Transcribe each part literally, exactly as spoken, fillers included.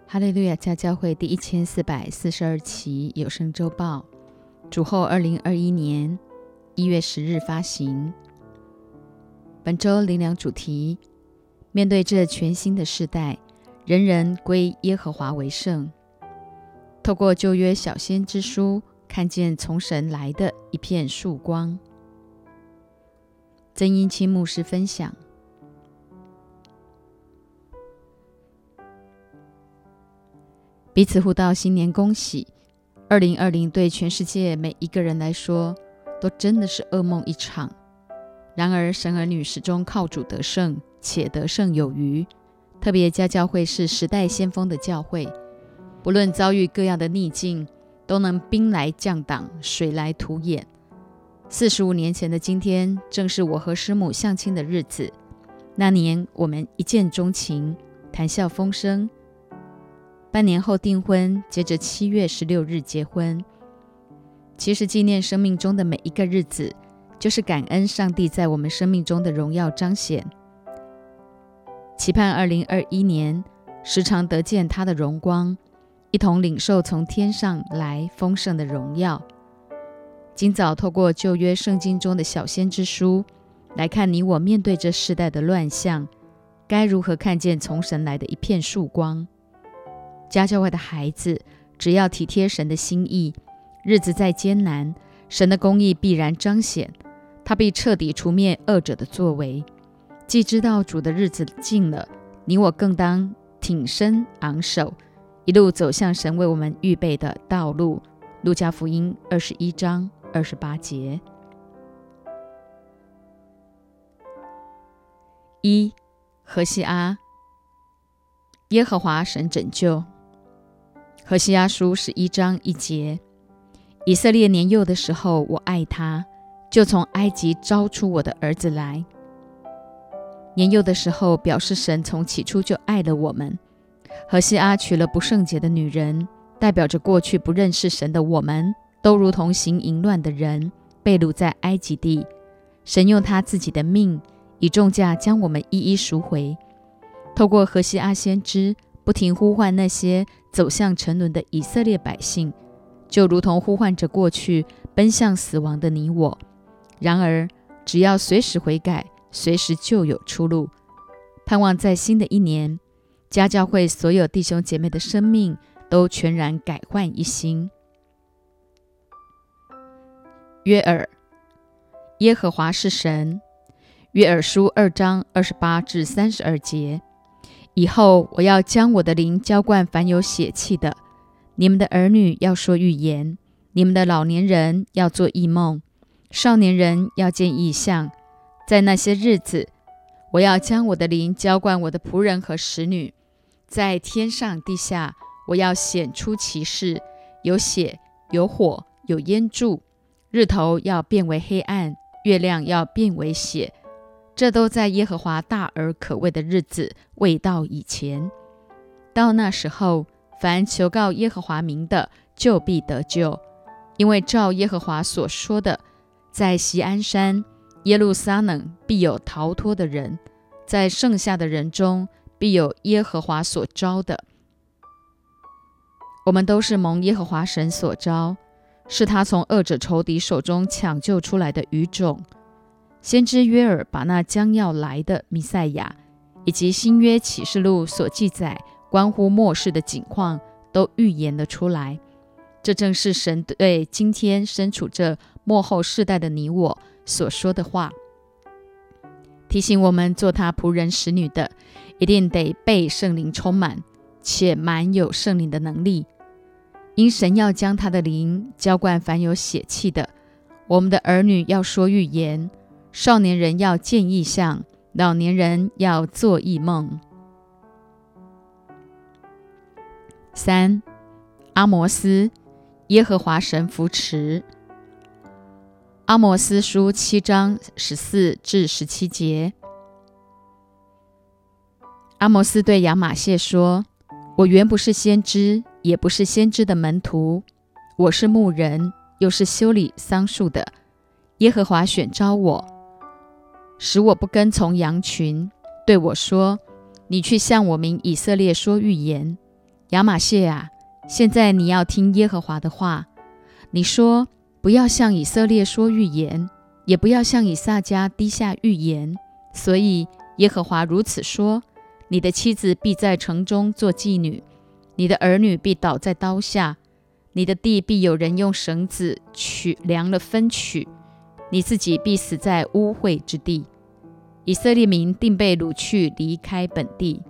哈利路亚家教会第一千四百四十二期有声周报，主后二零二一年一月十日发行。本周灵粮主题：面对这全新的世代，人人归耶和华为圣。透过旧约小先知书，看见从神来的一片曙光。曾荫清牧师分享。彼此互道新年恭喜。二零二零对全世界每一个人来说，都真的是噩梦一场。然而，神儿女始终靠主得胜，且得胜有余。特别家教会是时代先锋的教会，不论遭遇各样的逆境，都能兵来将挡，水来土掩。四十五年前的今天，正是我和师母相亲的日子。那年我们一见钟情，谈笑风生。半年后订婚，接着七月十六日结婚。其实纪念生命中的每一个日子，就是感恩上帝在我们生命中的荣耀彰显。期盼二零二一年，时常得见他的荣光，一同领受从天上来丰盛的荣耀。今早透过旧约圣经中的小先知书，来看你我面对这世代的乱象，该如何看见从神来的一片曙光。家教会的孩子，只要体贴神的心意，日子再艰难，神的公义必然彰显，他必彻底除灭恶者的作为。既知道主的日子近了，你我更当挺身昂首，一路走向神为我们预备的道路。路加福音二十一章二十八节。一、何西阿，耶和华神拯救。何西阿书十一章一节，以色列年幼的时候，我爱他，就从埃及招出我的儿子来。年幼的时候表示神从起初就爱了我们。何西阿娶了不圣洁的女人，代表着过去不认识神的我们，都如同行淫乱的人，被掳在埃及地。神用他自己的命，以重价将我们一一赎回。透过何西阿先知，不停呼唤那些走向沉沦的以色列百姓，就如同呼唤着过去奔向死亡的你我。然而，只要随时悔改，随时就有出路。盼望在新的一年，家教会所有弟兄姐妹的生命都全然改换一新。约珥，耶和华是神。约珥书二章二十八至三十二节。以后我要将我的灵浇灌凡有血气的，你们的儿女要说预言，你们的老年人要做异梦，少年人要见异象。在那些日子，我要将我的灵浇灌我的仆人和使女，在天上地下，我要显出奇事，有血，有火，有烟柱，日头要变为黑暗，月亮要变为血。这都在耶和华大而可畏的日子未到以前。到那时候，凡求告耶和华名的，就必得救。因为照耶和华所说的，在锡安山耶路撒冷必有逃脱的人，在剩下的人中必有耶和华所招的。我们都是蒙耶和华神所招，是他从恶者仇敌手中抢救出来的余种。先知约珥把那将要来的弥赛亚，以及新约启示录所记载关乎末世的景况，都预言了出来。这正是神对今天身处这末后世代的你我所说的话，提醒我们做他仆人使女的，一定得被圣灵充满，且满有圣灵的能力。因神要将他的灵浇灌凡有血气的，我们的儿女要说预言，少年人要见异象，老年人要做异梦。三、阿摩斯，耶和华神扶持。阿摩斯书七章十四至十七节。阿摩斯对亚玛谢说：我原不是先知，也不是先知的门徒，我是牧人，又是修理桑树的。耶和华选召我，使我不跟从羊群，对我说：你去向我民以色列说预言。 亚玛谢啊，现在你要听耶和华的话。你说，不要向以色列说预言，也不要向以撒家滴下预言。所以耶和华如此说，你的妻子必在城中做妓女，你的儿女必倒在刀下，你的地必有人用绳子取量了分取，你自己必死在污秽之地。以色列民定被掳去，离开本地。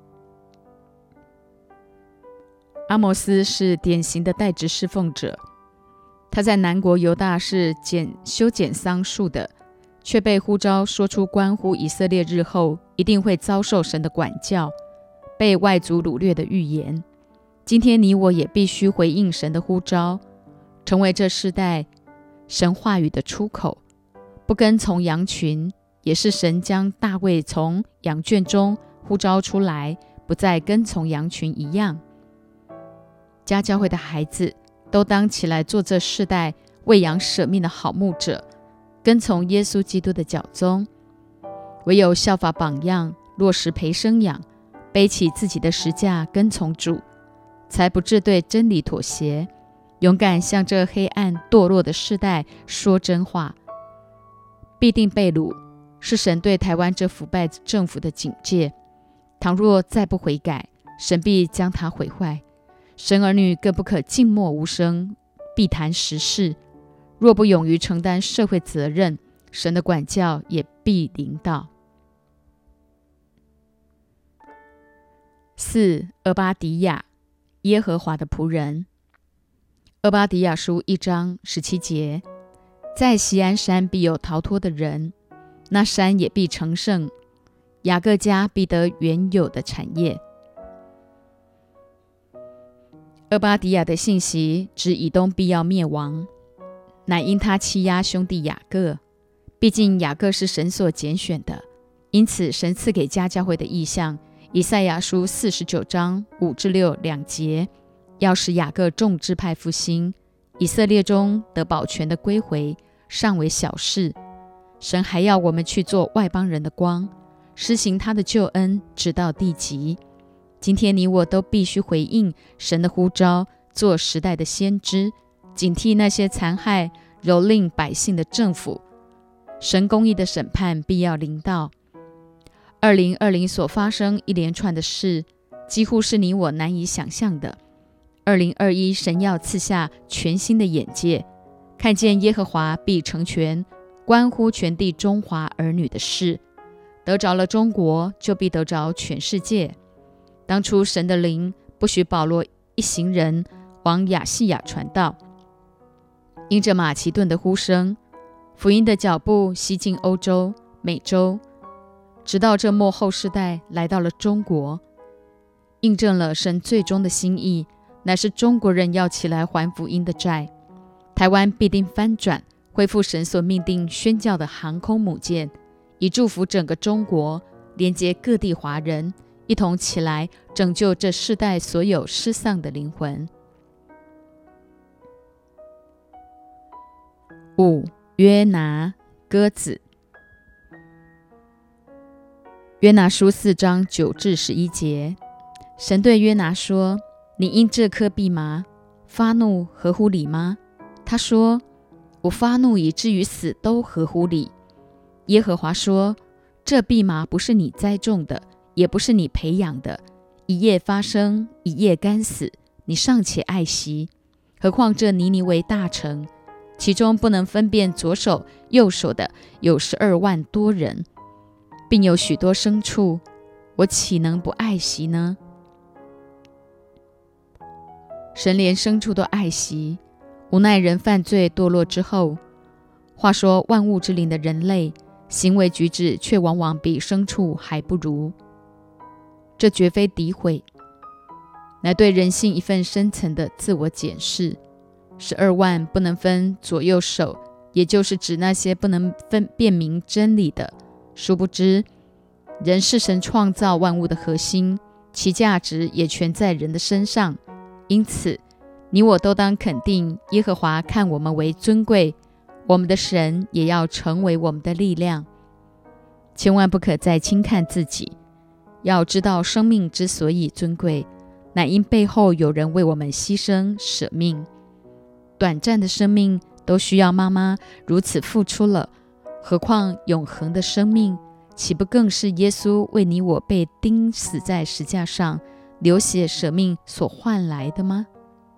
阿摩斯是典型的代职侍奉者，他在南国犹大是剪修剪桑树的，却被呼召说出关乎以色列日后一定会遭受神的管教，被外族掳掠的预言。今天你我也必须回应神的呼召，成为这世代神话语的出口，不跟从羊群，也是神将大卫从羊圈中呼召出来，不再跟从羊群一样。家教会的孩子都当起来做这世代为羊舍命的好牧者，跟从耶稣基督的脚踪。唯有效法榜样，落实陪生养，背起自己的十架跟从主，才不致对真理妥协，勇敢向这黑暗堕落的世代说真话。必定被掳，是神对台湾这腐败政府的警戒。倘若再不悔改，神必将它毁坏。神儿女更不可静默无声，必谈时事。若不勇于承担社会责任，神的管教也必临到。四、俄巴底亚，耶和华的仆人。俄巴底亚书一章十七节，在锡安山必有逃脱的人，那山也必成圣，雅各家必得原有的产业。俄巴底亚的信息指以东必要灭亡，乃因他欺压兄弟雅各。毕竟雅各是神所拣选的，因此神赐给家教会的意象，以赛亚书四十九章五至六两节，要使雅各众支派复兴，以色列中得保全的归回，尚为小事。神还要我们去做外邦人的光，施行他的救恩，直到地极。今天你我都必须回应神的呼召，做时代的先知，警惕那些残害蹂躏百姓的政府。神公义的审判必要临到。二零二零所发生一连串的事，几乎是你我难以想象的。二零二一神要赐下全新的眼界，看见耶和华必成全关乎全地中华儿女的事。得着了中国，就必得着全世界。当初神的灵不许保罗一行人往亚细亚传道，因着马其顿的呼声，福音的脚步西进欧洲、美洲，直到这末后世代来到了中国，印证了神最终的心意，乃是中国人要起来还福音的债。台湾必定翻转，恢复神所命定宣教的航空母舰，以祝福整个中国，连接各地华人，一同起来拯救这世代所有失丧的灵魂。五、约拿，鸽子。约拿书四章九至十一节，神对约拿说：你因这颗蓖麻发怒合乎理吗？他说：我发怒以至于死都合乎理。耶和华说：这蓖麻不是你栽种的，也不是你培养的，一夜发生，一夜干死，你尚且爱惜，何况这尼尼微大城，其中不能分辨左手右手的有十二万多人，并有许多牲畜，我岂能不爱惜呢？神连牲畜都爱惜，无奈人犯罪堕落之后，话说万物之灵的人类，行为举止却往往比牲畜还不如。这绝非诋毁，乃对人性一份深层的自我检视。十二万不能分左右手，也就是指那些不能分辨明真理的。殊不知，人是神创造万物的核心，其价值也全在人的身上。因此，你我都当肯定耶和华看我们为尊贵，我们的神也要成为我们的力量。千万不可再轻看自己，要知道生命之所以尊贵， 乃因背后有人为我们牺牲舍命。短暂的生命都需要妈妈如此付出了，何况永恒的生命，岂不更是耶稣为你我被钉死在石架上，流血舍命所换来的吗？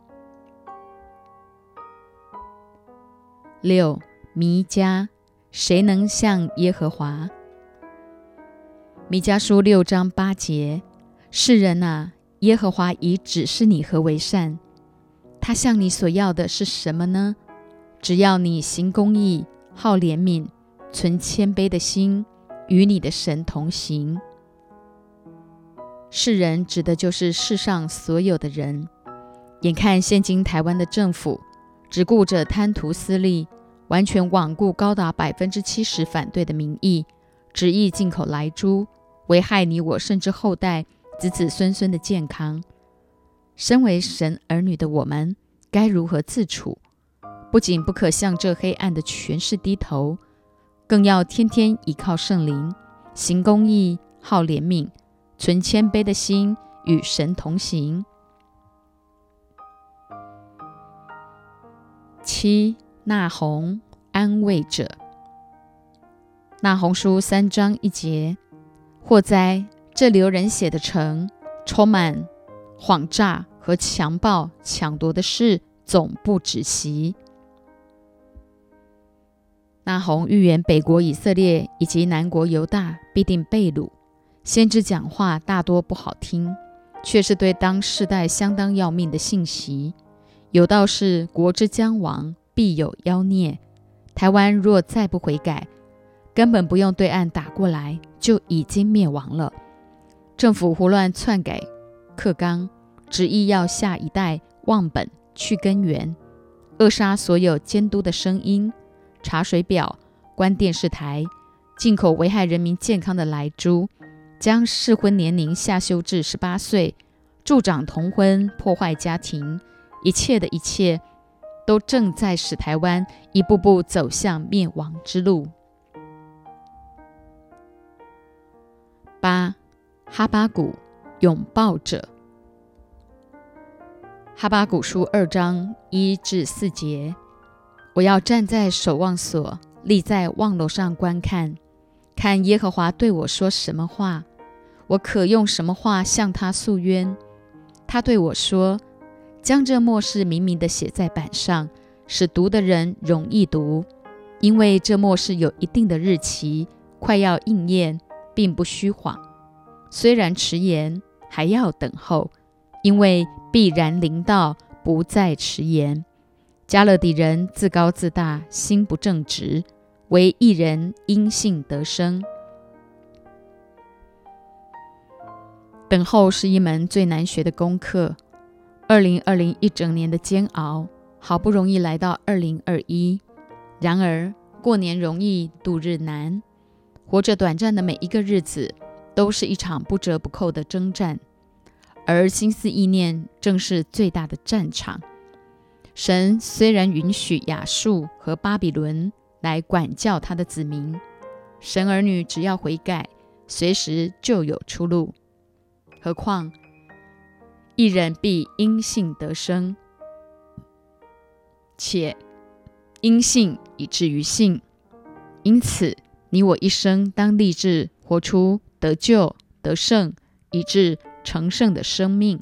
六、弥迦，谁能像耶和华？弥迦书六章八节，世人啊，耶和华已指示你何为善，他向你所要的是什么呢？只要你行公义，好怜悯，存谦卑的心，与你的神同行。世人指的就是世上所有的人。眼看现今台湾的政府只顾着贪图私利，完全罔顾高达百分之七十反对的民意，执意进口来猪，危害你我甚至后代子子孙孙的健康。身为神儿女的我们，该如何自处？不仅不可向这黑暗的权势低头，更要天天倚靠圣灵，行公义，好怜悯，存谦卑的心，与神同行。七、那鸿，安慰者。那鸿书三章一节，祸哉，这流人血的城，充满谎诈和强暴抢夺的事，总不止息。那鸿预言北国以色列以及南国犹大必定被掳，先知讲话大多不好听，却是对当世代相当要命的信息。有道是国之将亡，必有妖孽。台湾若再不悔改，根本不用对岸打过来，就已经灭亡了。政府胡乱篡改课纲，执意要下一代忘本去根源，扼杀所有监督的声音，查水表，关电视台，进口危害人民健康的来猪，将适婚年龄下修至十八岁，助长同婚，破坏家庭，一切的一切都正在使台湾一步步走向灭亡之路。八、哈巴谷，拥抱者。哈巴谷书二章一至四节，我要站在守望所，立在望楼上观看，看耶和华对我说什么话，我可用什么话向他诉冤。他对我说，将这默示明明地写在板上，使读的人容易读，因为这默示有一定的日期，快要应验，并不虚谎。虽然迟延，还要等候，因为必然临到，不再迟延。迦勒底人自高自大，心不正直，唯一人因信得生。等候是一门最难学的功课。二零二零一整年的煎熬，好不容易来到二零二一，然而过年容易度日难，活着短暂的每一个日子都是一场不折不扣的征战，而心思意念正是最大的战场。神虽然允许亚述和巴比伦来管教他的子民，神儿女只要悔改，随时就有出路。何况一人必因信得生，且因信以至于信。因此你我一生当立志活出得救得胜以致成圣的生命。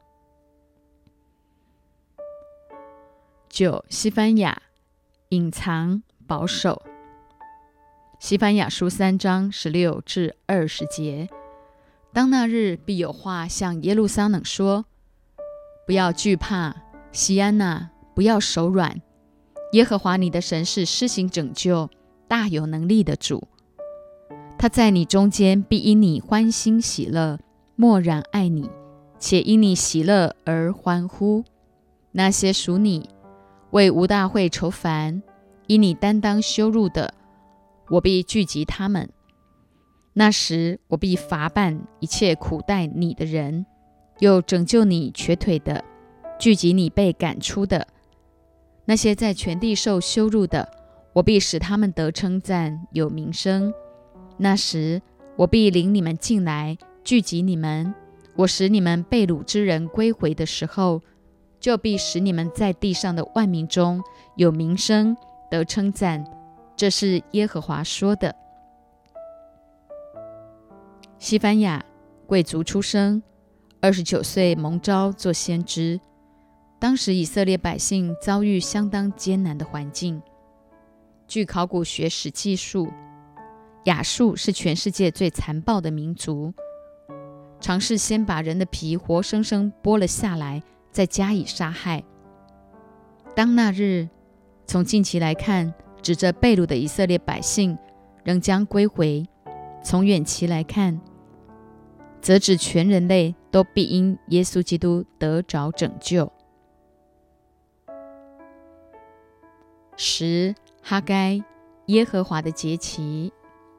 九、西番雅，隐藏保守。西番雅书三章十六至二十节，当那日必有话向耶路撒冷说，不要惧怕，西安哪，不要手软。耶和华你的神是施行拯救，大有能力的主。他在你中间必因你欢欣喜乐，默然爱你，且因你喜乐而欢呼。那些属你为无大会愁烦，因你担当羞辱的，我必聚集他们。那时我必罚办一切苦待你的人，又拯救你瘸腿的，聚集你被赶出的。那些在全地受羞辱的，我必使他们得称赞，有名声。那时我必领你们进来，聚集你们， 我使你们被掳之人归回的时候，就必使你们在地上的万民中有名声，得称赞。这是耶和华说的。西番雅贵族出生，二十九岁蒙召做先知。当时以色列百姓遭遇相当艰难的环境。据考古学史记述，亚述是全世界最残暴的民族，尝试先把人的皮活生生剥了下来，再加以杀害。当那日，从近期来看，指着被掳的以色列百姓仍将归回；从远期来看，则指全人类都必因耶稣基督得着拯救。十、哈该，耶和华的节期。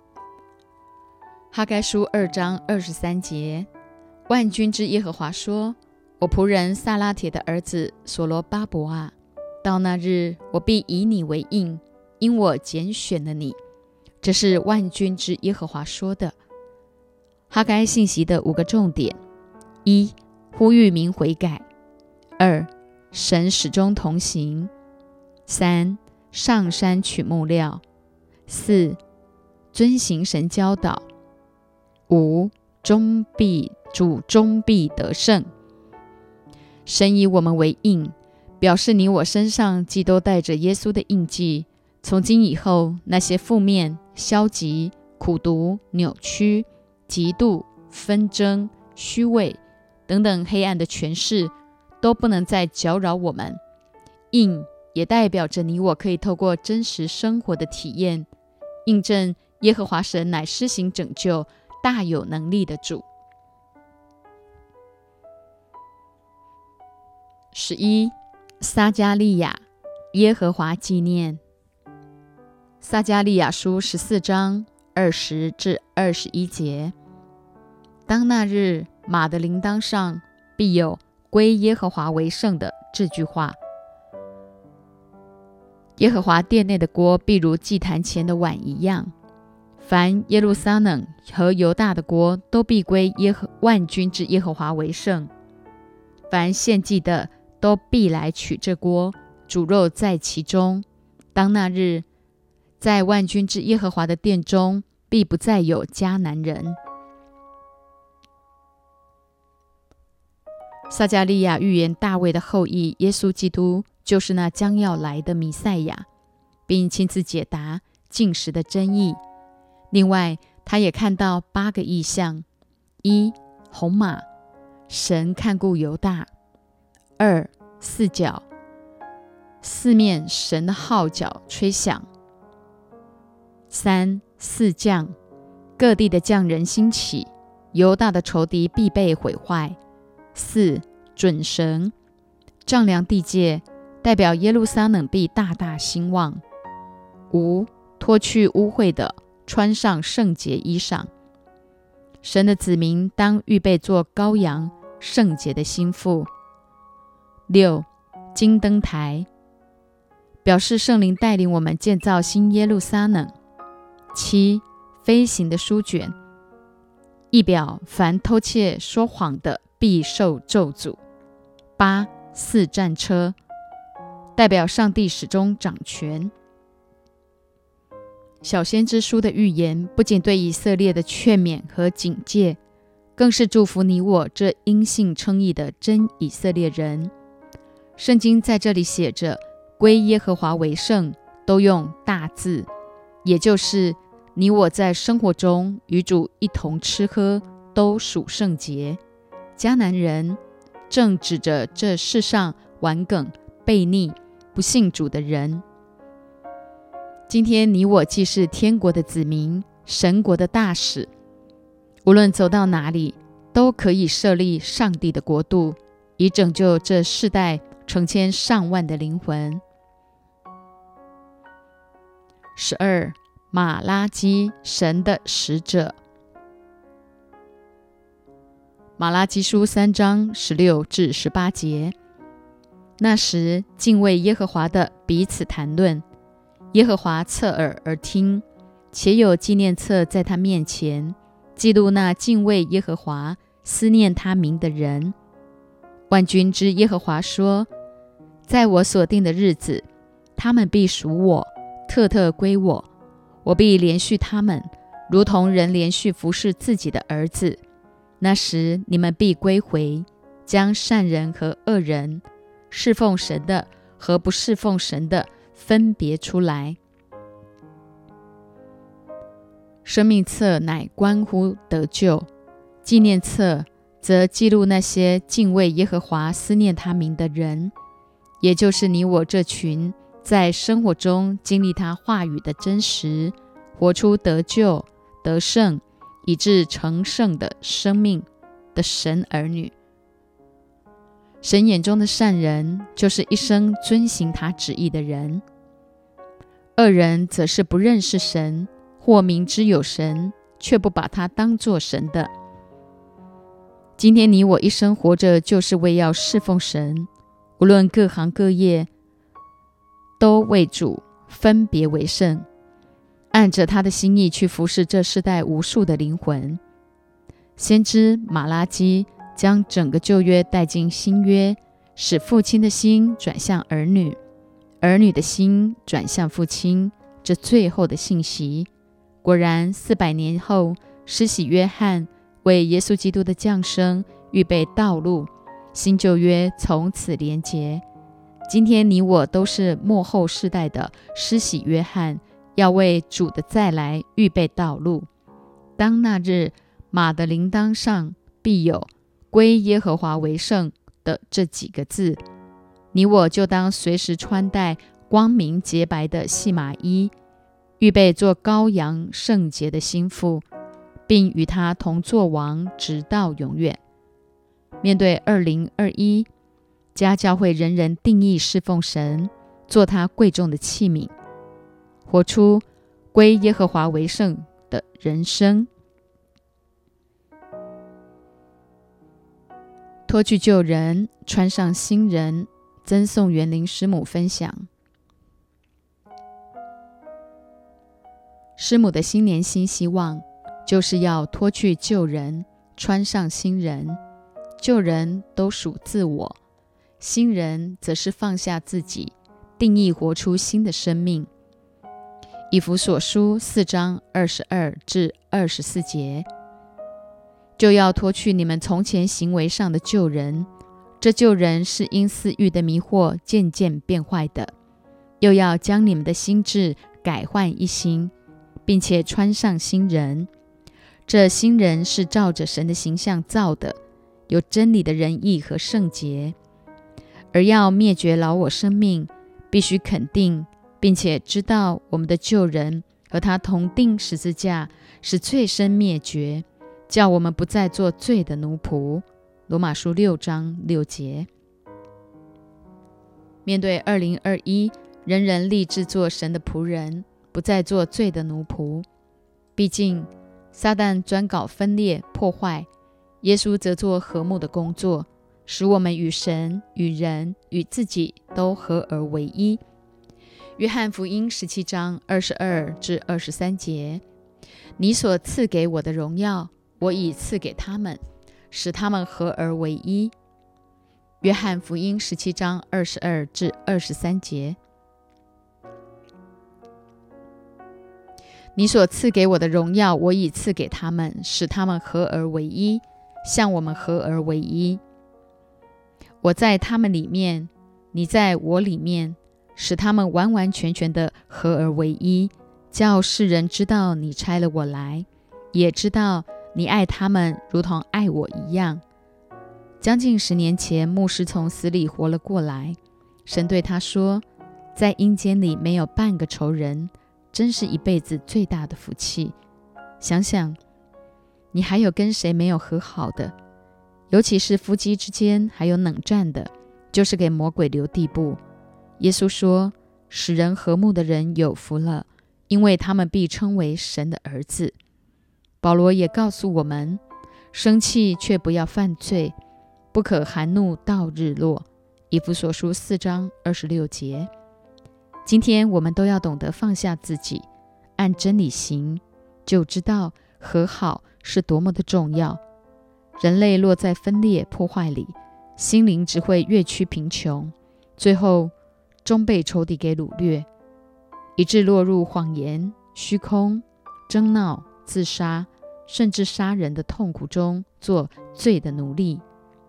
哈该书二章二十三节，万军之耶和华说：我仆人撒拉铁的儿子所罗巴伯啊，到那日，我必以你为印，因我拣选了你。这是万军之耶和华说的。哈该信息的五个重点：一、呼吁民悔改；二、神始终同行；三、上山取木料；四、遵行神教导；五、终必主终必得胜。神以我们为印，表示你我身上既都带着耶稣的印记。从今以后，那些负面、消极、苦毒、扭曲、嫉妒、纷争、虚伪等等黑暗的权势，都不能再搅扰我们。印也代表着你我可以透过真实生活的体验，印证耶和华神乃施行拯救、大有能力的主。十一、撒迦利亚，耶和华纪念。撒迦利亚书十四章二十至二十一节，当那日，马的铃铛上必有归耶和华为圣的这句话。耶和华殿内的锅必如祭坛前的碗一样，凡耶路撒冷和犹大的锅都必归耶和万军之耶和华为圣。凡献祭的都必来取这锅，煮肉在其中。当那日，在万军之耶和华的殿中，必不再有迦南人。撒迦利亚预言大卫的后裔耶稣基督就是那将要来的弥赛亚，并亲自解答禁食的争议。另外，他也看到八个异象：一、红马，神看顾犹大；二、四角，四面神的号角吹响；三、四将，各地的匠人兴起，犹大的仇敌必被毁坏；四、准绳，丈量地界，代表耶路撒冷必大大兴旺；五、脱去污秽的，穿上圣洁衣裳。神的子民当预备做羔羊，圣洁的心腹。六、金灯台，表示圣灵带领我们建造新耶路撒冷。七、飞行的书卷，意表凡偷窃说谎的必受咒诅。八、四战车，代表上帝始终掌权。小先知书的预言不仅对以色列的劝勉和警戒，更是祝福你我这因信称义的真以色列人。圣经在这里写着归耶和华为圣，都用大字，也就是你我在生活中与主一同吃喝，都属圣洁。迦南人正指着这世上顽梗、悖逆、不信主的人。今天你我既是天国的子民，神国的大使，无论走到哪里，都可以设立上帝的国度，以拯救这世代成千上万的灵魂。十二、马拉基，神的使者。马拉基书三章十六至十八节，那时敬畏耶和华的彼此谈论，耶和华侧耳而听，且有纪念册在他面前，记录那敬畏耶和华、 思念他名的人。万军之耶和华说，在我所定的日子，他们必属我，特特归我。我必连续他们，如同人连续服侍自己的儿子。那时你们必归回，将善人和恶人，侍奉神的和不侍奉神的分别出来。生命册乃关乎得救，纪念册则记录那些敬畏耶和华、思念他名的人，也就是你我这群在生活中经历他话语的真实，活出得救、得胜，以致成圣的生命的神儿女。神眼中的善人，就是一生遵行他旨意的人；恶人则是不认识神，或明知有神，却不把他当作神的。今天你我一生活着，就是为要侍奉神，无论各行各业，都为主分别为圣，按着他的心意去服侍这世代无数的灵魂。先知马拉基将整个旧约带进新约，使父亲的心转向儿女，儿女的心转向父亲，这最后的信息。果然四百年后，施洗约翰为耶稣基督的降生预备道路，新旧约从此连结。今天你我都是末后世代的施洗约翰，要为主的再来预备道路。当那日，马的铃铛上必有归耶和华为圣的这几个字，你我就当随时穿戴光明洁白的细麻衣，预备做羔羊圣洁的心腹，并与他同作王，直到永远。面对二零二一，家教会人人定义侍奉神，做他贵重的器皿，活出归耶和华为圣的人生。脱去旧人，穿上新人。曾颂园林师母分享，师母的新年新希望，就是要脱去旧人，穿上新人。旧人都属自我，新人则是放下自己，定义活出新的生命。以弗所书四章二十二至二十四节，就要脱去你们从前行为上的旧人，这旧人是因私欲的迷惑渐渐变坏的，又要将你们的心志改换一新，并且穿上新人。这新人是照着神的形象造的，有真理的仁义和圣洁。而要灭绝老我生命，必须肯定并且知道我们的旧人和他同钉十字架，是罪身灭绝，叫我们不再做罪的奴仆。罗马书六章六节。面对二零二一，人人立志做神的仆人，不再做罪的奴仆。毕竟撒旦专搞分裂破坏，耶稣则做和睦的工作，使我们与神、与人、与自己都合而为一。约翰福音十七章二十二至二十三节，你所赐给我的荣耀，我已赐给他们，使他们合而为一。约翰福音十七章二十二至二十三节，你所赐给我的荣耀，我已赐给他们，使他们合而为一，像我们合而为一。我在他们里面，你在我里面，使他们完完全全的合而为一，叫世人知道你差了我来，也知道你爱他们如同爱我一样。将近十年前，牧师从死里活了过来，神对他说，在阴间里没有半个仇人，真是一辈子最大的福气。想想你还有跟谁没有和好的，尤其是夫妻之间还有冷战的，就是给魔鬼留地步。耶稣说，使人和睦的人有福了，因为他们必称为神的儿子。保罗也告诉我们，生气却不要犯罪，不可含怒到日落。以弗所书四章二十六节。今天我们都要懂得放下自己，按真理行，就知道和好是多么的重要。 人类落在分裂破坏里，心灵只会越趋贫穷，最后终被仇敌给掳掠，以致落入谎言、虚空、争闹、自杀，甚至杀人的痛苦中，做罪的奴隶。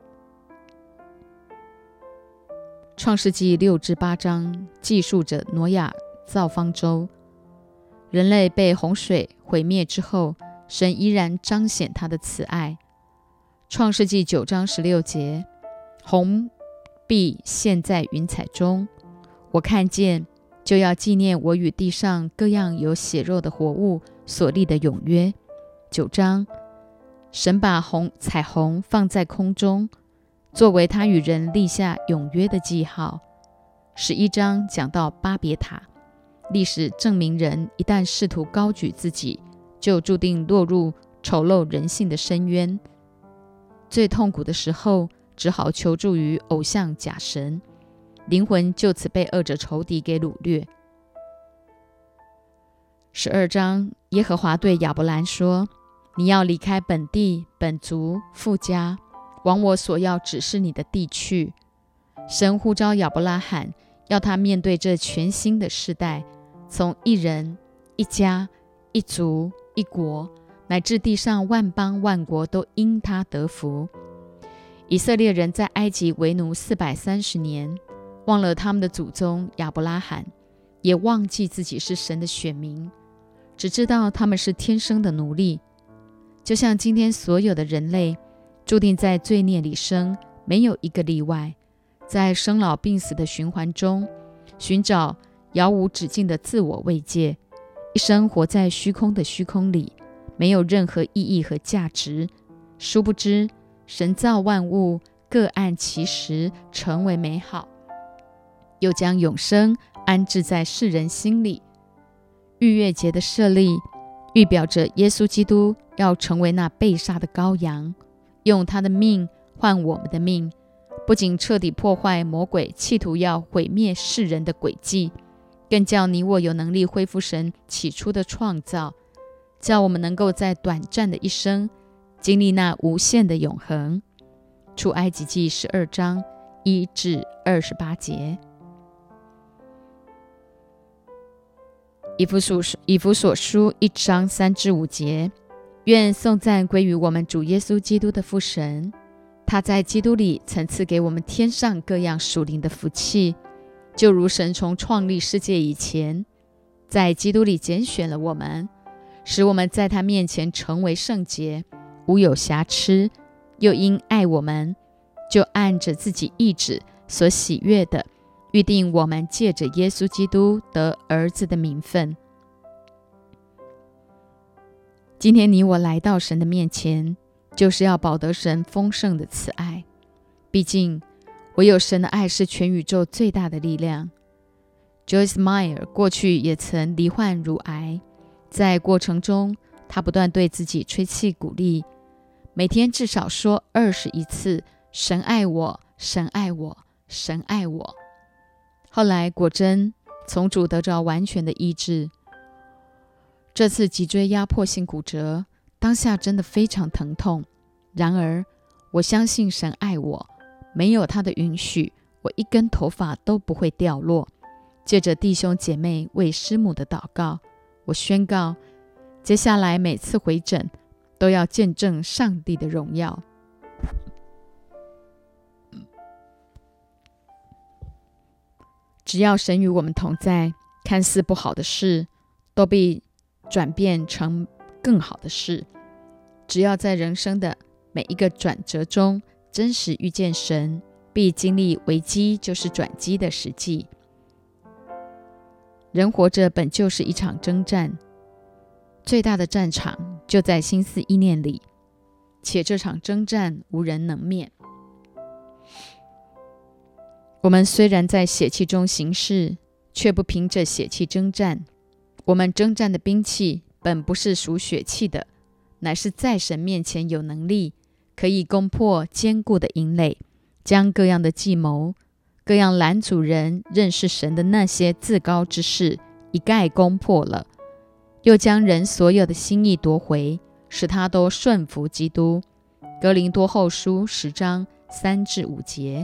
创世纪六至八章记述着挪亚造方舟，人类被洪水毁灭之后，神依然彰显他的慈爱。创世纪九章十六节，红必现在云彩中，我看见，就要纪念我与地上各样有血肉的活物所立的永约。九章，神把红彩虹放在空中，作为他与人立下永约的记号。十一章讲到巴别塔，历史证明人一旦试图高举自己，就注定落入丑陋人性的深渊。最痛苦的时候，只好求助于偶像假神，灵魂就此被恶者仇敌给掳掠。十二章，耶和华对亚伯兰说，你要离开本地、本族、父家，往我所要指示你的地去。神呼召亚伯拉罕，要他面对这全新的世代，从一人、一家、一族、一国，乃至地上万邦万国都因他得福。以色列人在埃及为奴四百三十年，忘了他们的祖宗亚伯拉罕，也忘记自己是神的选民，只知道他们是天生的奴隶。就像今天所有的人类，注定在罪孽里生，没有一个例外，在生老病死的循环中，寻找遥无止境的自我慰藉，一生活在虚空的虚空里，没有任何意义和价值。殊不知，神造万物各按其时，成为美好，又将永生安置在世人心里。逾越节的设立，预表着耶稣基督要成为那被杀的羔羊，用他的命换我们的命，不仅彻底破坏魔鬼企图要毁灭世人的诡计，更叫你我有能力恢复神起初的创造，叫我们能够在短暂的一生经历那无限的永恒。出埃及记十二章一至二十八节。以弗所以弗所书一章三至五节，愿颂赞归于我们主耶稣基督的父神，他在基督里曾赐给我们天上各样属灵的福气，就如神从创立世界以前，在基督里拣选了我们，使我们在他面前成为圣洁，无有瑕疵，又因爱我们，就按着自己意志所喜悦的，预定我们借着耶稣基督得儿子的名分。今天你我来到神的面前，就是要保得神丰盛的慈爱。毕竟唯有神的爱是全宇宙最大的力量。 Joyce Meyer 过去也曾罹患乳癌，在过程中他不断对自己吹气鼓励，每天至少说二十一次，神爱我，神爱我，神爱我。后来果真从主得着完全的医治。这次脊椎压迫性骨折，当下真的非常疼痛，然而我相信神爱我，没有他的允许，我一根头发都不会掉落。借着弟兄姐妹为师母的祷告，我宣告，接下来每次回诊都要见证上帝的荣耀。只要神与我们同在，看似不好的事都被转变成更好的事。只要在人生的每一个转折中真实遇见神，必经历危机就是转机的实际。人活着本就是一场征战，最大的战场就在心思意念里，且这场征战无人能免。我们虽然在血气中行事，却不凭着血气征战。我们征战的兵器本不是属血气的，乃是在神面前有能力，可以攻破坚固的营垒，将各样的计谋、各样拦阻人认识神的那些自高之事一概攻破了，又将人所有的心意夺回，使他都顺服基督， 哥林多后书十章三至五节。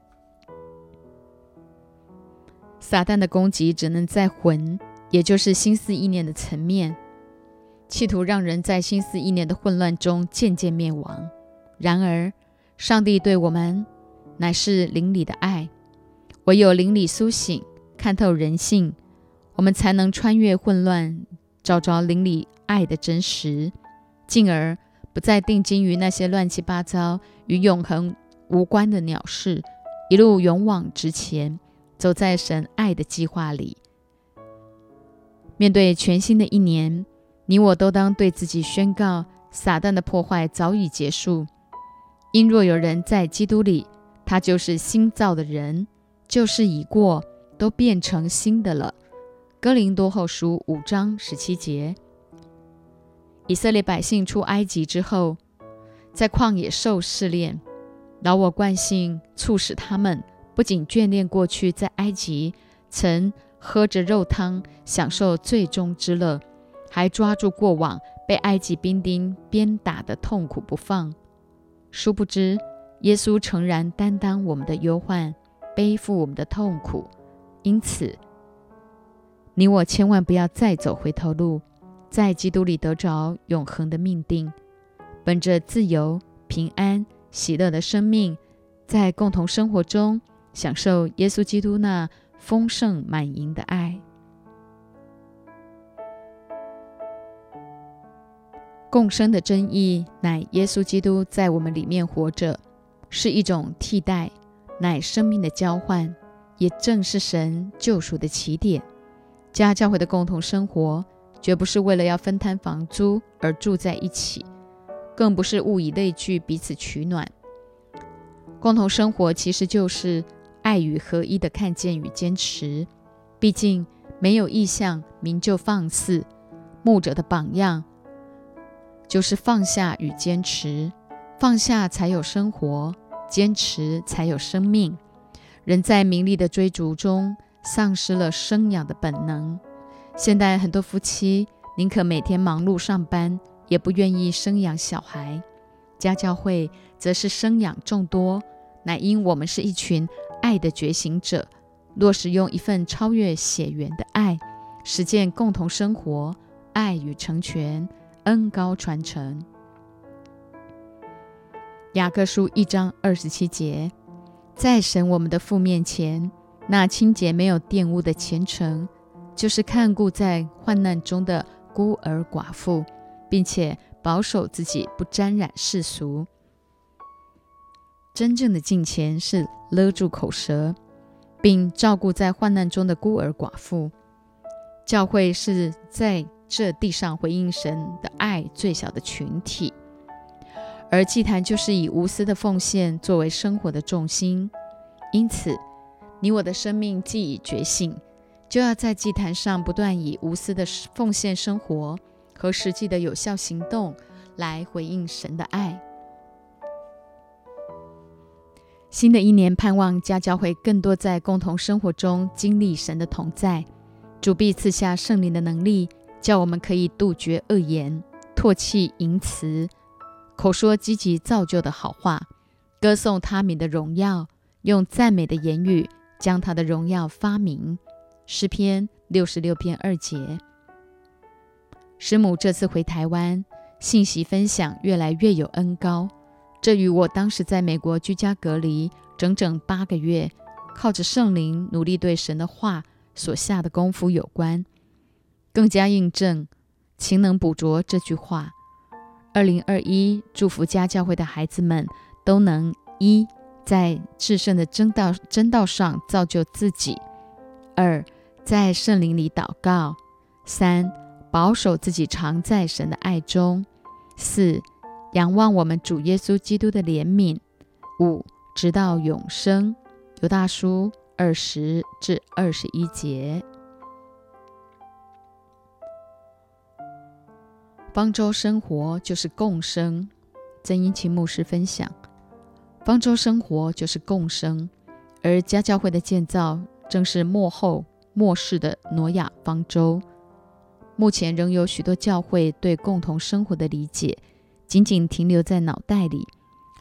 撒旦的攻击只能在魂，也就是心思意念的层面，企图让人在心思意念的混乱中渐渐灭亡。然而上帝对我们乃是灵里的爱，唯有灵里苏醒，看透人性，我们才能穿越混乱，找着灵里爱的真实，进而不再定睛于那些乱七八糟与永恒无关的鸟事，一路勇往直前，走在神爱的计划里。面对全新的一年，你我都当对自己宣告，撒旦的破坏早已结束。因若有人在基督里，他就是新造的人，旧事已过，都变成新的了。哥林多后书五章十七节。以色列百姓出埃及之后，在旷野受试炼，老我惯性促使他们不仅眷恋过去在埃及曾喝着肉汤享受最终之乐，还抓住过往被埃及兵丁鞭打的痛苦不放。殊不知耶稣诚然担当我们的忧患，背负我们的痛苦，因此你我千万不要再走回头路，在基督里得着永恒的命定，本着自由、平安、喜乐的生命，在共同生活中享受耶稣基督那丰盛满盈的爱。共生的真意乃耶稣基督在我们里面活着，是一种替代，乃生命的交换，也正是神救赎的起点。家教会的共同生活绝不是为了要分摊房租而住在一起，更不是物以类聚彼此取暖。共同生活其实就是爱与合一的看见与坚持，毕竟没有意向名就放肆，牧者的榜样就是放下与坚持，放下才有生活，坚持才有生命。人在名利的追逐中丧失了生养的本能，现代很多夫妻宁可每天忙碌上班，也不愿意生养小孩。家教会则是生养众多，乃因我们是一群爱的觉醒者，落实用一份超越血缘的爱，实践共同生活，爱与成全，恩高传承。雅各书一章二十七节，在神我们的父面前，那清洁没有玷污的虔诚，就是看顾在患难中的孤儿寡妇，并且保守自己不沾染世俗。真正的敬虔是勒住口舌，并照顾在患难中的孤儿寡妇。教会是在这地上回应神的爱最小的群体，而祭坛就是以无私的奉献作为生活的重心。因此你我的生命既已觉醒，就要在祭坛上不断以无私的奉献生活和实际的有效行动来回应神的爱。新的一年盼望家教会更多在共同生活中经历神的同在，主必赐下圣灵的能力，叫我们可以杜绝恶言，唾弃淫词，口说积极造就的好话，歌颂他名的荣耀，用赞美的言语将他的荣耀发明。诗篇六十六篇二节。师母这次回台湾，信息分享越来越有恩高，这与我当时在美国居家隔离整整八个月，靠着圣灵努力对神的话所下的功夫有关，更加印证勤能捕捉这句话。二零二一祝福家教会的孩子们都能一在至圣的真道真道上造就自己，二在圣灵里祷告，三保守自己常在神的爱中，四仰望我们主耶稣基督的怜悯，五直到永生。犹大书二十至二十一节。方舟生活就是共生。曾荫勤牧师分享，方舟生活就是共生，而家教会的建造正是末后末世的挪亚方舟。目前仍有许多教会对共同生活的理解仅仅停留在脑袋里，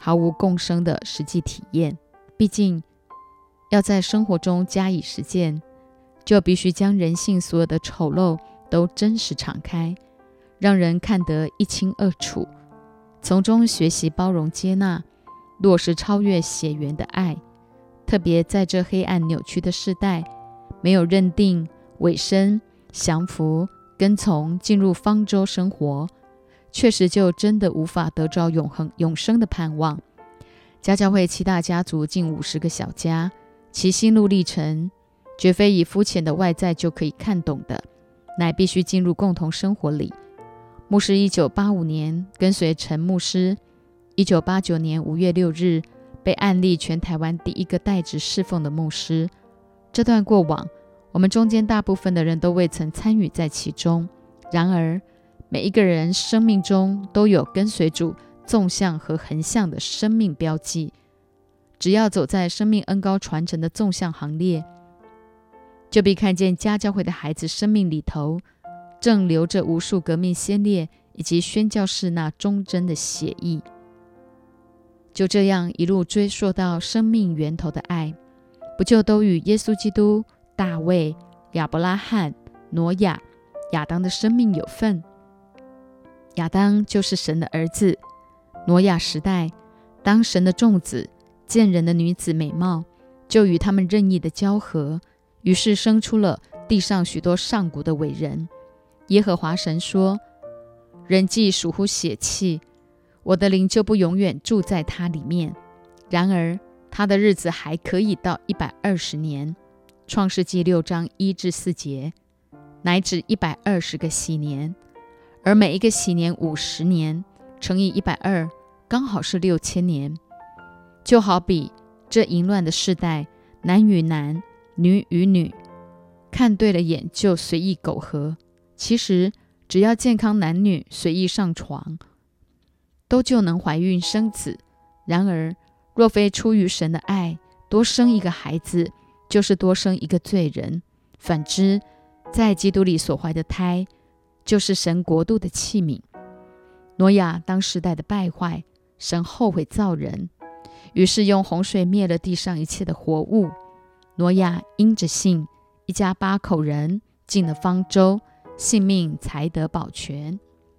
毫无共生的实际体验。毕竟要在生活中加以实践，就必须将人性所有的丑陋都真实敞开，让人看得一清二楚，从中学习包容接纳，落实超越血缘的爱。特别在这黑暗扭曲的世代，没有认定、委身、降服、跟从进入方舟生活，确实就真的无法得着永恒永生的盼望。家教会七大家族近五十个小家，其心路历程绝非以肤浅的外在就可以看懂的，乃必须进入共同生活里。牧师一九八五年跟随陈牧师，一九八九年五月六日被按立全台湾第一个代职侍奉的牧师。这段过往，我们中间大部分的人都未曾参与在其中。然而，每一个人生命中都有跟随主纵向和横向的生命标记。只要走在生命恩膏传承的纵向行列，就必看见家教会的孩子生命里头正流着无数革命先烈以及宣教士那忠贞的血液。就这样一路追溯到生命源头的爱，不就都与耶稣基督、大卫、亚伯拉罕、挪亚、亚当的生命有份？亚当就是神的儿子。挪亚时代，当神的众子见人的女子美貌，就与他们任意的交合，于是生出了地上许多上古的伟人。耶和华神说：人既属乎血气，我的灵就不永远住在他里面。然而他的日子还可以到一百二十年。创世纪六章一至四节，乃指一百二十个禧年，而每一个禧年五十年，乘以一百二，刚好是六千年。就好比这淫乱的世代，男与男，女与女，看对了眼就随意苟合。其实只要健康男女随意上床，都就能怀孕生子。然而若非出于神的爱，多生一个孩子就是多生一个罪人。反之，在基督里所怀的胎，就是神国度的器皿。挪亚当时代的败坏，神后悔造人，于是用洪水灭了地上一切的活物。挪亚因着信，一家八口人进了方舟，性命才得保全。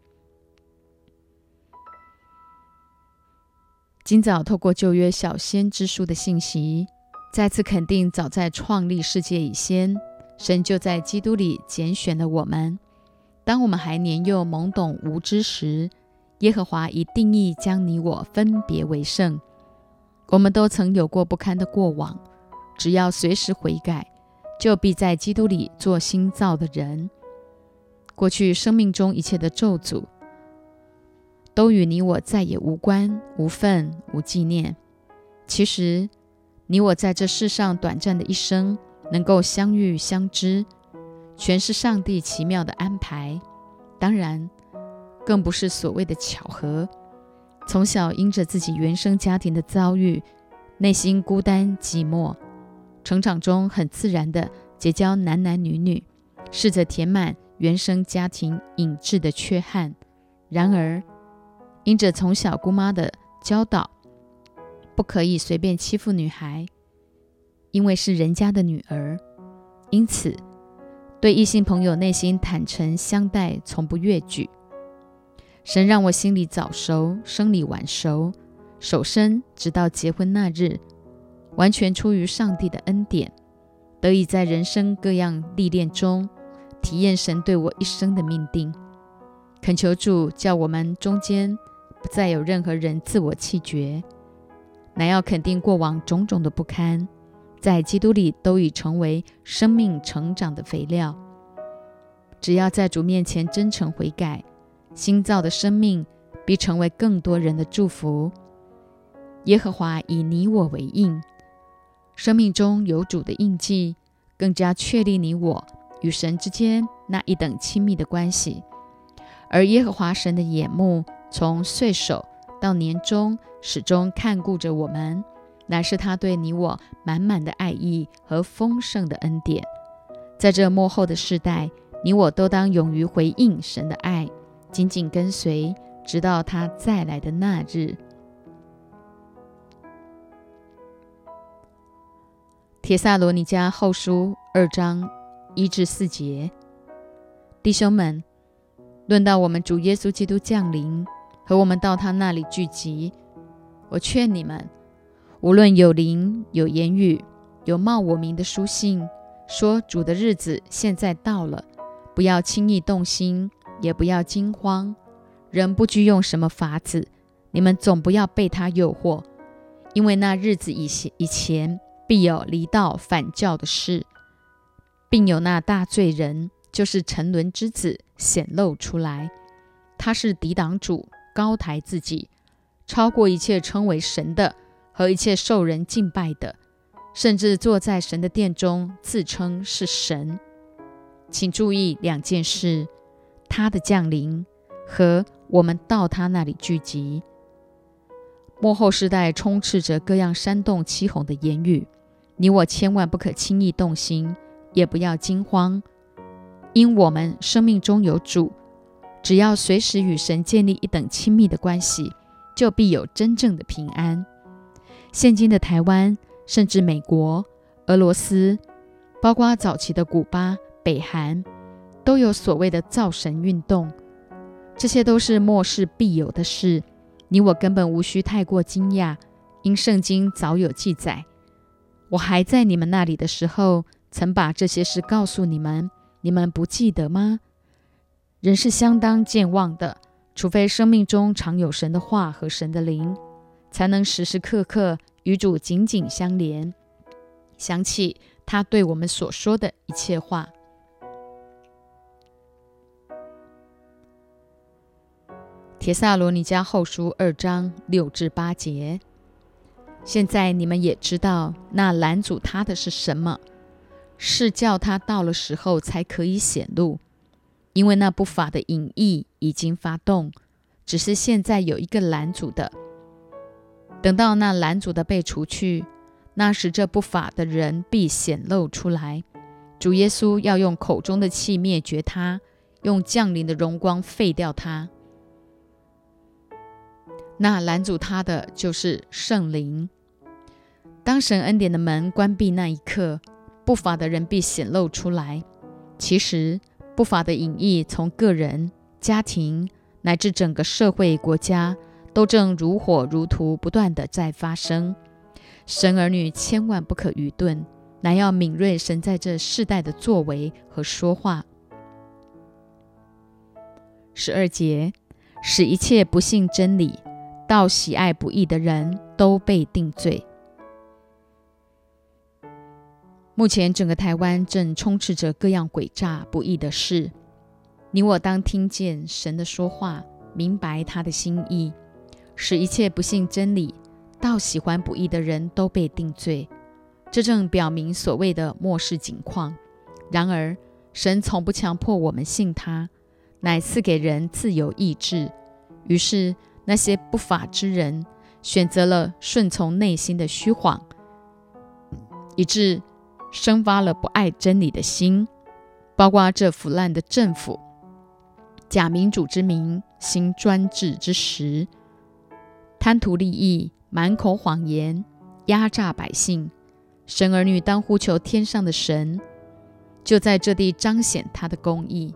今早透过旧约小先知书的信息，再次肯定早在创立世界以先，神就在基督里拣选了我们。当我们还年幼懵懂无知时，耶和华以定义将你我分别为圣。我们都曾有过不堪的过往，只要随时悔改，就必在基督里做新造的人。过去生命中一切的咒诅，都与你我再也无关、无份、无纪念。其实你我在这世上短暂的一生能够相遇相知，全是上帝奇妙的安排，当然更不是所谓的巧合。从小因着自己原生家庭的遭遇，内心孤单寂寞，成长中很自然的结交男男女女，试着填满原生家庭隐致的缺憾。然而因着从小姑妈的教导，不可以随便欺负女孩，因为是人家的女儿，因此对异性朋友内心坦诚相待，从不越矩。神让我心里早熟，生理晚熟，守身直到结婚那日，完全出于上帝的恩典，得以在人生各样历练中体验神对我一生的命定。恳求主叫我们中间不再有任何人自我弃绝，乃要肯定过往种种的不堪，在基督里都已成为生命成长的肥料。只要在主面前真诚悔改，新造的生命必成为更多人的祝福。耶和华以你我为印，生命中有主的印记，更加确立你我与神之间那一等亲密的关系。而耶和华神的眼目从岁首到年终始终看顾着我们，乃是他对你我满满的爱意和丰盛的恩典。在这末后的世代，你我都当勇于回应神的爱，紧紧跟随，直到他再来的那日。 帖撒罗尼迦后书二章一至四节，弟兄们，论到我们主耶稣基督降临和我们到他那里聚集，我劝你们，无论有灵、有言语、有冒我名的书信，说主的日子现在到了，不要轻易动心，也不要惊慌，人不拘用什么法子，你们总不要被他诱惑，因为那日子以前必有离道反教的事，并有那大罪人，就是沉沦之子显露出来。他是抵挡主，高抬自己，超过一切称为神的和一切受人敬拜的，甚至坐在神的殿中自称是神。请注意两件事，他的降临和我们到他那里聚集。末后世代充斥着各样煽动欺哄的言语，你我千万不可轻易动心，也不要惊慌，因我们生命中有主，只要随时与神建立一等亲密的关系，就必有真正的平安。现今的台湾，甚至美国、俄罗斯，包括早期的古巴、北韩，都有所谓的造神运动，这些都是末世必有的事，你我根本无需太过惊讶，因圣经早有记载。我还在你们那里的时候，曾把这些事告诉你们，你们不记得吗？人是相当健忘的，除非生命中常有神的话和神的灵，才能时时刻刻与主紧紧相连，想起他对我们所说的一切话。帖撒罗尼迦后书二章六至八节，现在你们也知道，那拦阻他的是什么，是叫他到了时候才可以显露，因为那不法的隐意已经发动，只是现在有一个拦阻的。等到那拦阻的被除去，那时这不法的人必显露出来。主耶稣要用口中的气灭绝他，用降临的荣光废掉他。那拦阻他的就是圣灵。当神恩典的门关闭那一刻，不法的人必显露出来。其实不法的隐意从个人、家庭乃至整个社会国家，都正如火如荼不断地在发生。神儿女千万不可愚钝，乃要敏锐神在这世代的作为和说话。十二节，使一切不信真理、到喜爱不义的人都被定罪。目前整个台湾正充斥着各样诡诈不义的事，你我当听见神的说话，明白他的心意，使一切不信真理、到喜欢不义的人都被定罪。这正表明所谓的末世景况。然而神从不强迫我们信他，乃赐给人自由意志。于是那些不法之人选择了顺从内心的虚谎，以致生发了不爱真理的心，包括这腐烂的政府，假民主之名，行专制之实，贪图利益，满口谎言，压榨百姓。神儿女当呼求天上的神，就在这地彰显他的公义。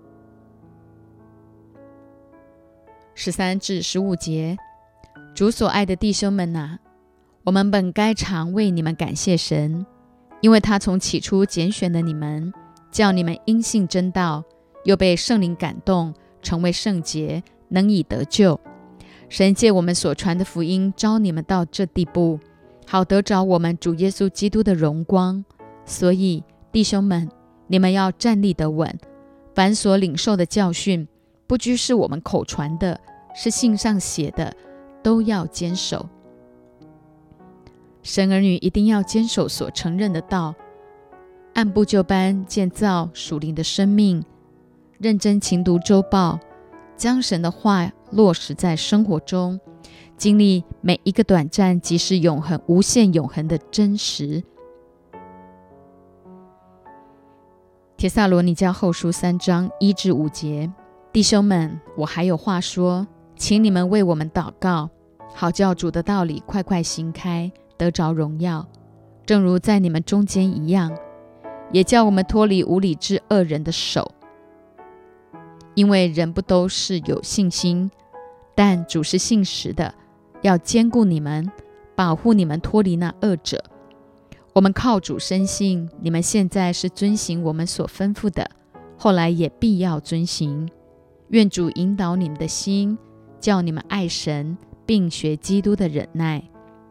十三至十五节，主所爱的弟兄们啊，我们本该常为你们感谢神，因为他从起初拣选了你们，叫你们因信真道，又被圣灵感动，成为圣洁，能以得救。神借我们所传的福音召你们到这地步，好得着我们主耶稣基督的荣光。所以弟兄们，你们要站立得稳，凡所领受的教训，不拘是我们口传的，是信上写的，都要坚守。神儿女一定要坚守所承认的道，按部就班建造属灵的生命，认真勤读周报，将神的话落实在生活中，经历每一个短暂即是永恒、无限永恒的真实。帖撒罗尼迦后书三章一至五节，弟兄们，我还有话说，请你们为我们祷告，好叫主的道理快快行开，得着荣耀。 正如在你们中间一样，也叫我们脱离无理之恶人的手。因为人不都是有信心，但主是信实的，要坚固你们，保护你们脱离那恶者。我们靠主深信，你们现在是遵行我们所吩咐的，后来也必要遵行。愿主引导你们的心，叫你们爱神，并学基督的忍耐。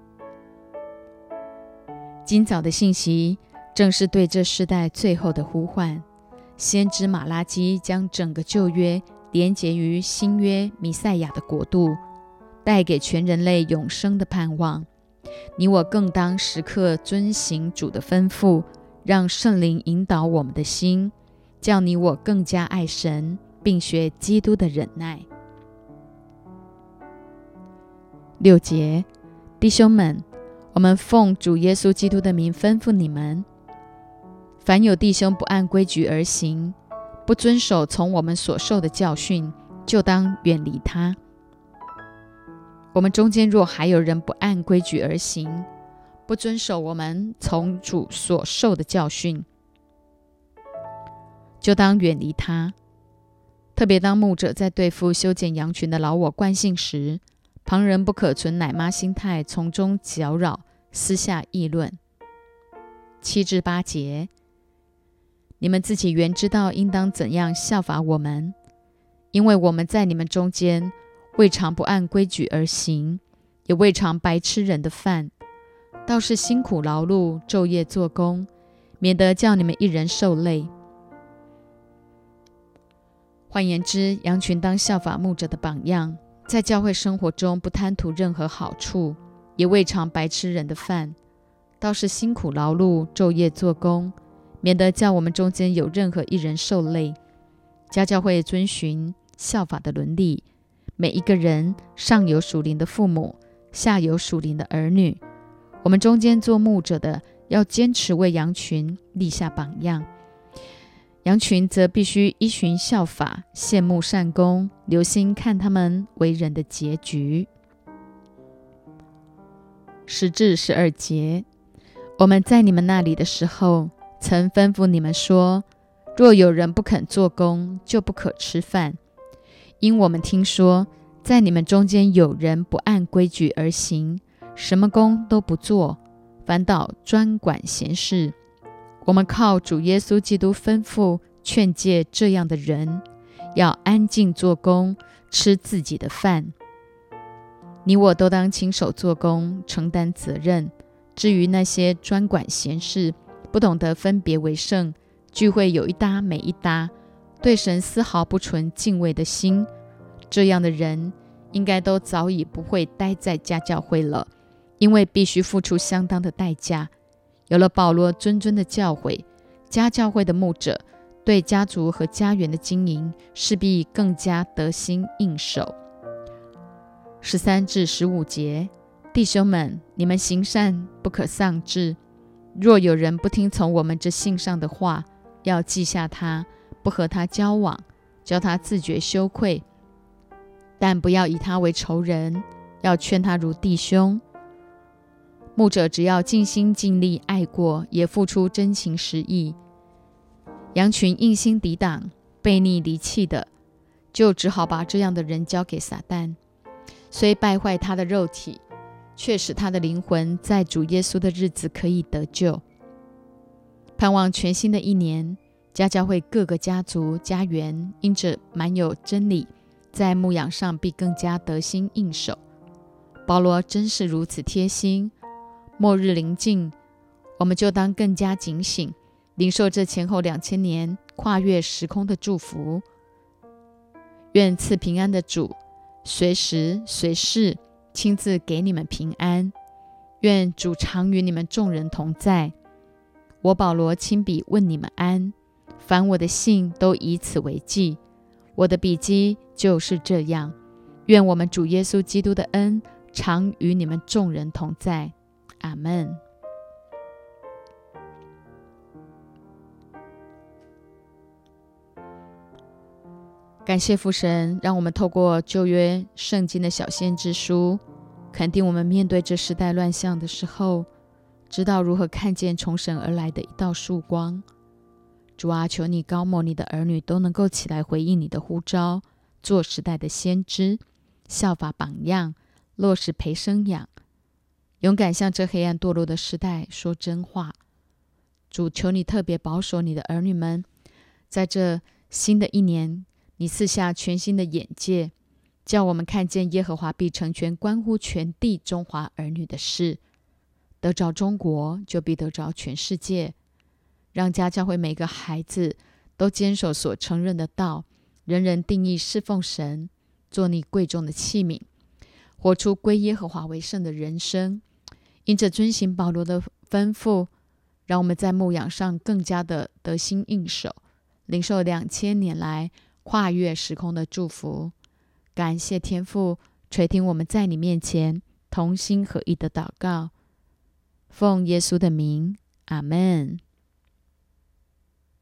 今早的信息正是对这世代最后的呼唤。先知马拉基将整个旧约连结于新约弥赛亚的国度，带给全人类永生的盼望。你我更当时刻遵行主的吩咐，让圣灵引导我们的心，叫你我更加爱神，并学基督的忍耐。六节，弟兄们，我们奉主耶稣基督的名吩咐你们，凡有弟兄不按规矩而行，不遵守从我们所受的教训，就当远离他。我们中间若还有人不按规矩而行，不遵守我们从主所受的教训，就当远离他。特别当牧者在对付修剪羊群的老我惯性时，旁人不可存奶妈心态，从中搅扰，私下议论。七至八节，你们自己原知道应当怎样效法我们，因为我们在你们中间未尝不按规矩而行，也未尝白吃人的饭，倒是辛苦劳碌，昼夜做工，免得叫你们一人受累。换言之，羊群当效法牧者的榜样，在教会生活中不贪图任何好处，也未尝白吃人的饭，倒是辛苦劳碌，昼夜做工，免得叫我们中间有任何一人受累。家教会遵循效法的伦理，每一个人上有属灵的父母，下有属灵的儿女。我们中间做牧者的，要坚持为羊群立下榜样，羊群则必须依循效法，羡慕善功，留心看他们为人的结局。十至十二节，我们在你们那里的时候，曾吩咐你们说，若有人不肯做工，就不可吃饭。因我们听说，在你们中间有人不按规矩而行，什么工都不做，反倒专管闲事。我们靠主耶稣基督吩咐劝诫这样的人，要安静做工，吃自己的饭。你我都当亲手做工，承担责任。至于那些专管闲事，不懂得分别为圣，聚会有一搭没一搭，对神丝毫不存敬畏的心，这样的人应该都早已不会待在家教会了，因为必须付出相当的代价。有了保罗谆谆的教诲，家教会的牧者对家族和家园的经营势必更加得心应手。十三至十五节，弟兄们，你们行善不可丧志。若有人不听从我们这信上的话，要记下他，不和他交往，叫他自觉羞愧，但不要以他为仇人，要劝他如弟兄。牧者只要尽心尽力爱过，也付出真情实意。羊群硬心抵挡，悖逆离弃的，就只好把这样的人交给撒旦，虽败坏他的肉体，却使他的灵魂在主耶稣的日子可以得救。盼望全新的一年，家教会各个家族家园因着满有真理，在牧养上必更加得心应手。保罗真是如此贴心。末日临近，我们就当更加警醒，领受这前后两千年跨越时空的祝福。愿赐平安的主随时随事亲自给你们平安。愿主常与你们众人同在。我保罗亲笔问你们安，凡我的信都以此为记。我的笔记就是这样。愿我们主耶稣基督的恩常与你们众人同在。阿们。感谢父神，让我们透过旧约圣经的小先知书，肯定我们面对这时代乱象的时候， 知道如何看见从神而来的一道曙光。主啊，求你膏抹你的儿女都能够起来回应你的呼召，做时代的先知，效法榜样，落实培生养，勇敢向这黑暗堕落的时代说真话。主，求你特别保守你的儿女们，在这新的一年，你赐下全新的眼界，叫我们看见耶和华必成全关乎全地中华儿女的事。得着中国，就必得着全世界。让家教会每个孩子都坚守所承认的道，人人定义侍奉神，做你贵重的器皿，活出归耶和华为圣的人生。因着遵行保罗的吩咐，让我们在牧养上更加的得心应手，领受两千年来跨越时空的祝福。感谢天父垂听我们在你面前同心合意的祷告，奉耶稣的名，阿们。